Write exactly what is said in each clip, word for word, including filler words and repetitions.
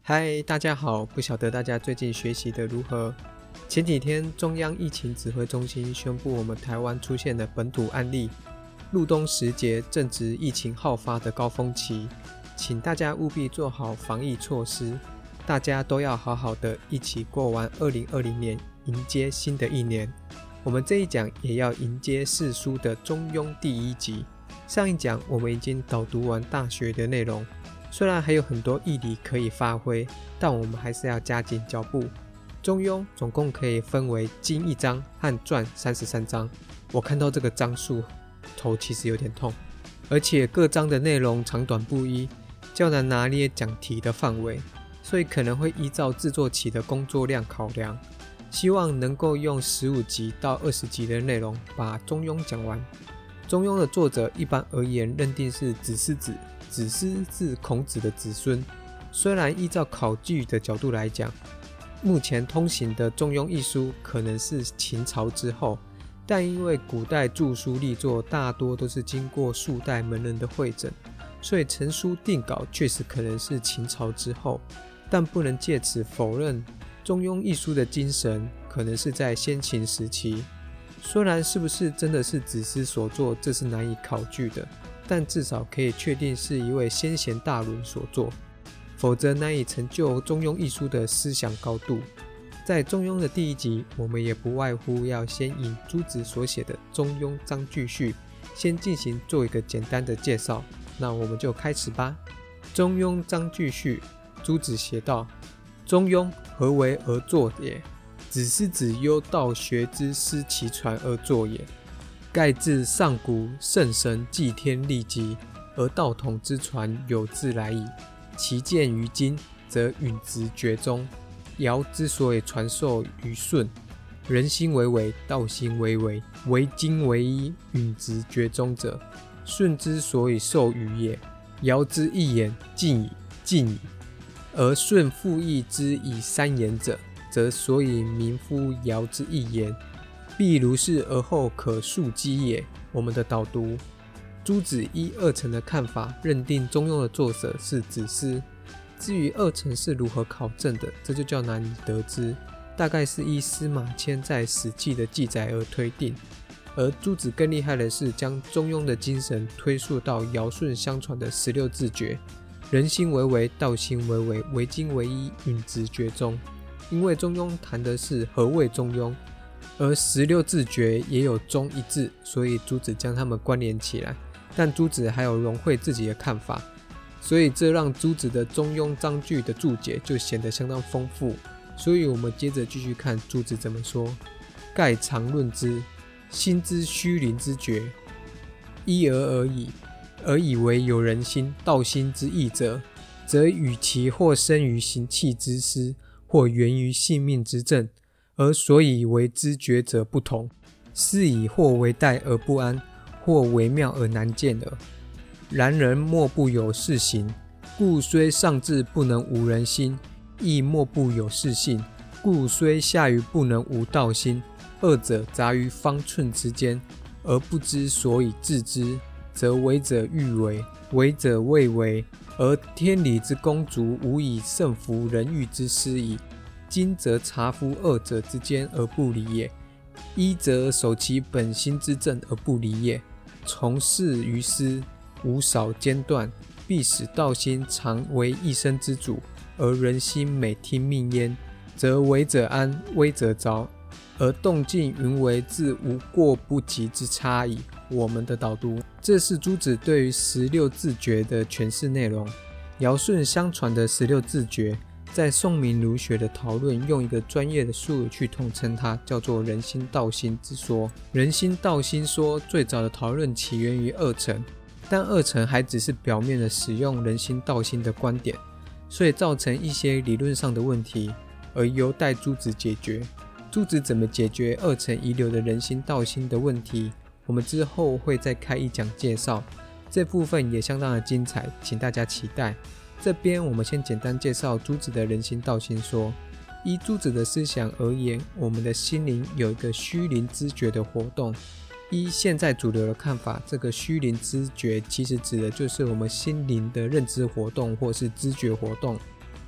嗨，大家好，不晓得大家最近学习的如何？前几天中央疫情指挥中心宣布我们台湾出现了本土案例，入冬时节正值疫情好发的高峰期，请大家务必做好防疫措施，大家都要好好的一起过完二零二零年，迎接新的一年。我们这一讲也要迎接四书的中庸第一集。上一讲我们已经导读完大学的内容，虽然还有很多义理可以发挥，但我们还是要加紧脚步。中庸总共可以分为经一章和传三十三章，我看到这个章数头其实有点痛，而且各章的内容长短不一，较难拿捏讲题的范围，所以可能会依照制作期的工作量考量，希望能够用十五集到二十集的内容把中庸讲完。中庸的作者一般而言认定是子思子，子思是孔子的子孙。虽然依照考据的角度来讲，目前通行的中庸一书可能是秦朝之后，但因为古代著书立作大多都是经过数代门人的会诊，所以成书定稿确实可能是秦朝之后，但不能借此否认中庸一书的精神可能是在先秦时期。虽然是不是真的是子思所作，这是难以考据的，但至少可以确定是一位先贤大伦所作，否则难以成就中庸一书的思想高度。在中庸的第一集，我们也不外乎要先引朱子所写的中庸章句序，先进行做一个简单的介绍。那我们就开始吧。中庸章句序，朱子写道：中庸，何为而作也？子思子忧道学之思其传而作也。盖自上古圣神祭天立极，而道统之传有自来矣。其见于今，则允直厥中。尧之所以传授于舜，人心为为，道心为为，为精为一，允直厥中者，舜之所以授予也。尧之一言，尽矣，尽矣。而舜复议之以三言者，则所以民夫尧之一言，必如是而后可述机也。我们的导读，朱子依二程的看法，认定中庸的作者是子思。至于二程是如何考证的，这就较难以得知，大概是依司马迁在《史记》的记载而推定。而朱子更厉害的是，将中庸的精神推溯到尧舜相传的十六字诀：人心为为，道心为为，为精为一，允直厥中。因为中庸谈的是何谓中庸，而十六字诀也有中一字，所以朱子将它们关联起来。但朱子还有融汇自己的看法，所以这让朱子的中庸章句的注解就显得相当丰富。所以我们接着继续看朱子怎么说。盖常论之，心之虚灵之诀，一而而已，而以为有人心、道心之意者，则与其或生于行气之思，或源于性命之症，而所以为知觉者不同，是以或为殆而不安，或为妙而难见耳。然人莫不有是行，故虽上至不能无人心，亦莫不有是性，故虽下于不能无道心。二者杂于方寸之间，而不知所以治之，则为者欲为，为者未为，而天理之公足无以胜服人欲之失矣。今则察夫二者之间而不离也，一则守其本心之正而不离也。从事于私，无少间断，必使道心常为一生之主，而人心每听命焉，则为者安，危者着，而动静云为自无过不及之差矣。我们的导读，这是朱子对于十六字诀的诠释内容。尧舜相传的十六字诀，在宋明儒学的讨论，用一个专业的术语去统称它，叫做人心道心之说。人心道心说最早的讨论起源于二程，但二程还只是表面的使用人心道心的观点，所以造成一些理论上的问题，而有待朱子解决。朱子怎么解决二程遗留的人心道心的问题，我们之后会再开一讲介绍，这部分也相当的精彩，请大家期待。这边我们先简单介绍朱子的人心道心说。依朱子的思想而言，我们的心灵有一个虚灵知觉的活动。依现在主流的看法，这个虚灵知觉其实指的就是我们心灵的认知活动或是知觉活动。我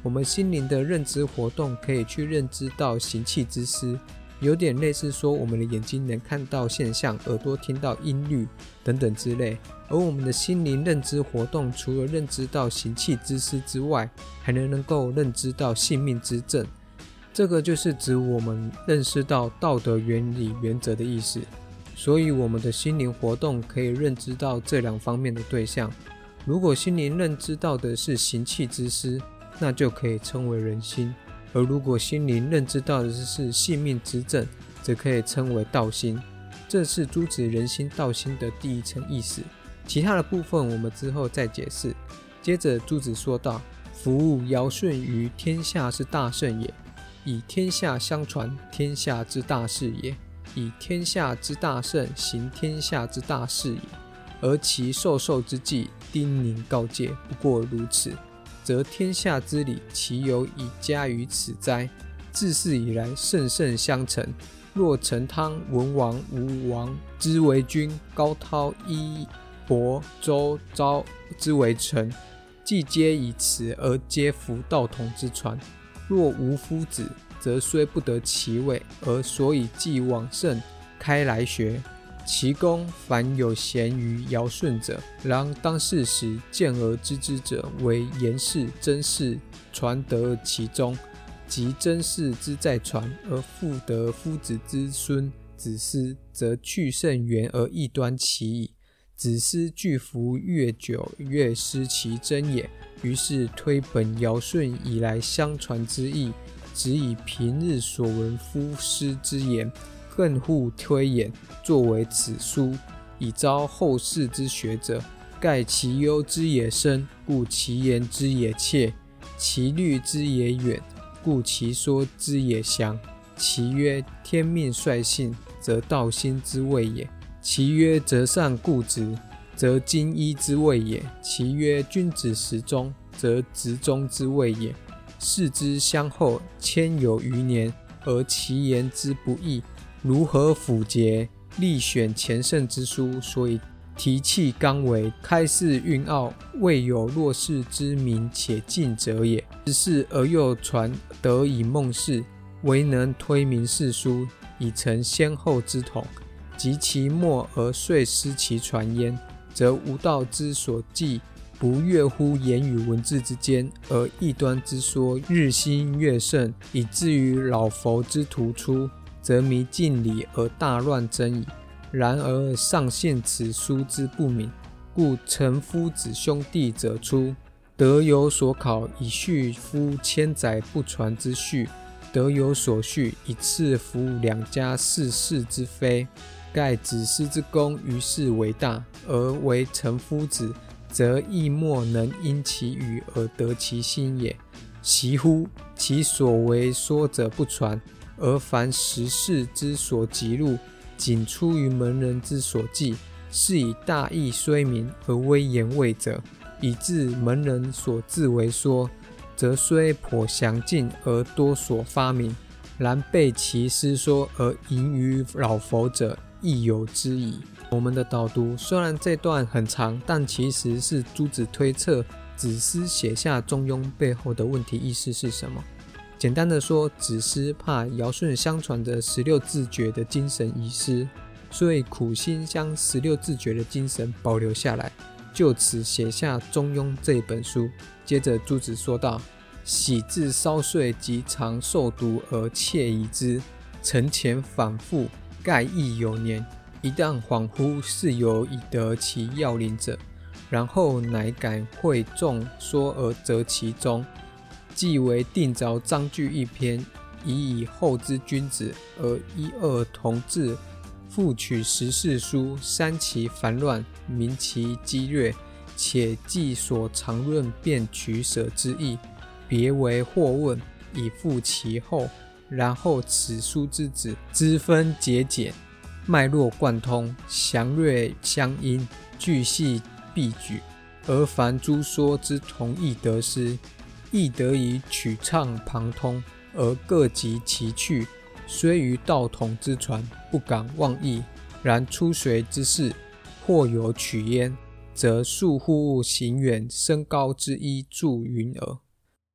我们心灵的认知活动可以去认知到行气之思，有点类似说我们的眼睛能看到现象，耳朵听到音律等等之类。而我们的心灵认知活动除了认知到行气之思之外，还能能够认知到性命之正，这个就是指我们认识到道德原理原则的意思。所以我们的心灵活动可以认知到这两方面的对象。如果心灵认知到的是行气之思，那就可以称为人心；而如果心灵认知到的是性命之正，则可以称为道心。这是诸子人心道心的第一层意思，其他的部分我们之后再解释。接着诸子说道：夫尧舜于天下之大圣也，以天下相传天下之大事也，以天下之大圣行天下之大事也，而其授受之际叮咛告诫不过如此，则天下之理其有以加于此哉？自世以来圣圣相承，若陈汤、文王、吴王之为君，高涛、伊伯、周、昭之为臣，既皆以此而皆服道统之传。若无夫子，则虽不得其位，而所以继往圣开来学。其功凡有贤于尧舜者，然当世时见而知之者，为言氏、曾氏传得其中，及曾氏之在传，而复得夫子之孙子思，则去甚远而异端其矣。子思具服越久，越失其真也。于是推本尧舜以来相传之意，只以平日所闻夫师之言，更互推演，作为此书，以招后世之学者。盖其忧之也深，故其言之也切；其虑之也远，故其说之也详。其曰天命率性，则道心之谓也；其曰择善固执，则精一之谓也；其曰君子时中，则执中之谓也。世之相后千有余年，而其言之不易，如何甫节？力选前圣之书，所以提气刚为，开示蕴奥，未有若是之明且尽者也。只是而又传得以梦事，唯能推明世书，以成先后之统。及其末而遂失其传焉，则无道之所记，不越乎言语文字之间，而异端之说日新月盛，以至于老佛之徒出，则迷尽理而大乱真矣。然而上信此书之不明，故陈夫子兄弟者出，得有所考，以续夫千载不传之序，得有所续，以赐服两家世世之非。盖子思之功于是为大，而为陈夫子，则亦莫能因其语而得其心也。惜乎！其所为说者不传，而凡时事之所辑录，仅出于门人之所记，是以大义虽明而微言未者，以致门人所自为说，则虽颇详尽而多所发明，然背其师说而淫于老佛者，亦有之矣。我们的导读虽然这段很长，但其实是诸子推测子思写下中庸背后的问题意识是什么。简单的说，子思怕尧舜相传的十六字诀的精神遗失，所以苦心将十六字诀的精神保留下来，就此写下中庸这一本书。接着诸子说道：喜至稍岁即常受读而窃疑之，承前反复，盖亦有年。一旦恍惚是有以得其要领者，然后乃感会众说而择其中，既为定着章句一篇，以以后之君子，而一二同治，复取时事书，删其繁乱，明其激略，且记所常论便取舍之意，别为或问，以复其后。然后此书之子，知分节简，脉络贯通，详略相因，句细必举，而凡诸说之同义得失，亦得以曲畅旁通，而各及其趣。虽于道统之传，不敢妄议，然初学之事，或有取焉，则数乎行远升高之一助云耳。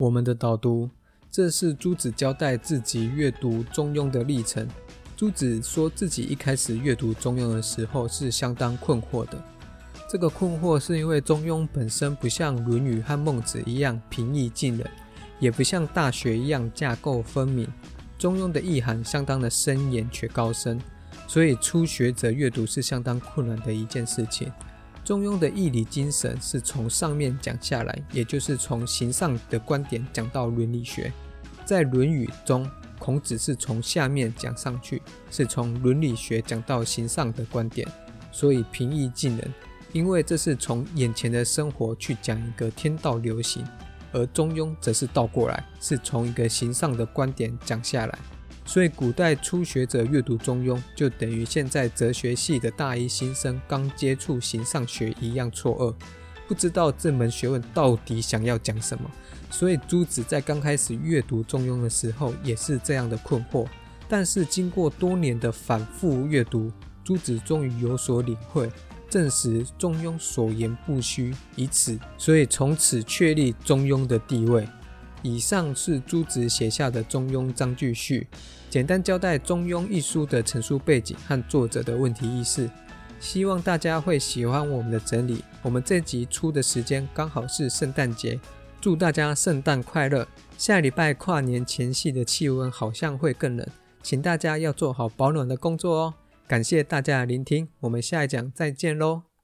我们的导读，这是朱子交代自己阅读中庸的历程。朱子说自己一开始阅读中庸的时候是相当困惑的，这个困惑是因为中庸本身不像论语和孟子一样平易近人，也不像大学一样架构分明，中庸的意涵相当的深远却高深，所以初学者阅读是相当困难的一件事情。中庸的义理精神是从上面讲下来，也就是从形上的观点讲到伦理学。在论语中，孔子是从下面讲上去，是从伦理学讲到形上的观点，所以平易近人，因为这是从眼前的生活去讲一个天道流行，而中庸则是倒过来，是从一个形上的观点讲下来。所以古代初学者阅读中庸，就等于现在哲学系的大一新生刚接触形上学一样错愕，不知道这门学问到底想要讲什么。所以朱子在刚开始阅读中庸的时候也是这样的困惑，但是经过多年的反复阅读，朱子终于有所领会，证实中庸所言不虚，以此所以从此确立中庸的地位。以上是朱子写下的中庸章句序，简单交代中庸一书的陈述背景和作者的问题意识，希望大家会喜欢我们的整理。我们这集出的时间刚好是圣诞节，祝大家圣诞快乐。下礼拜跨年前夕的气温好像会更冷，请大家要做好保暖的工作哦。感谢大家的聆听，我们下一讲再见咯。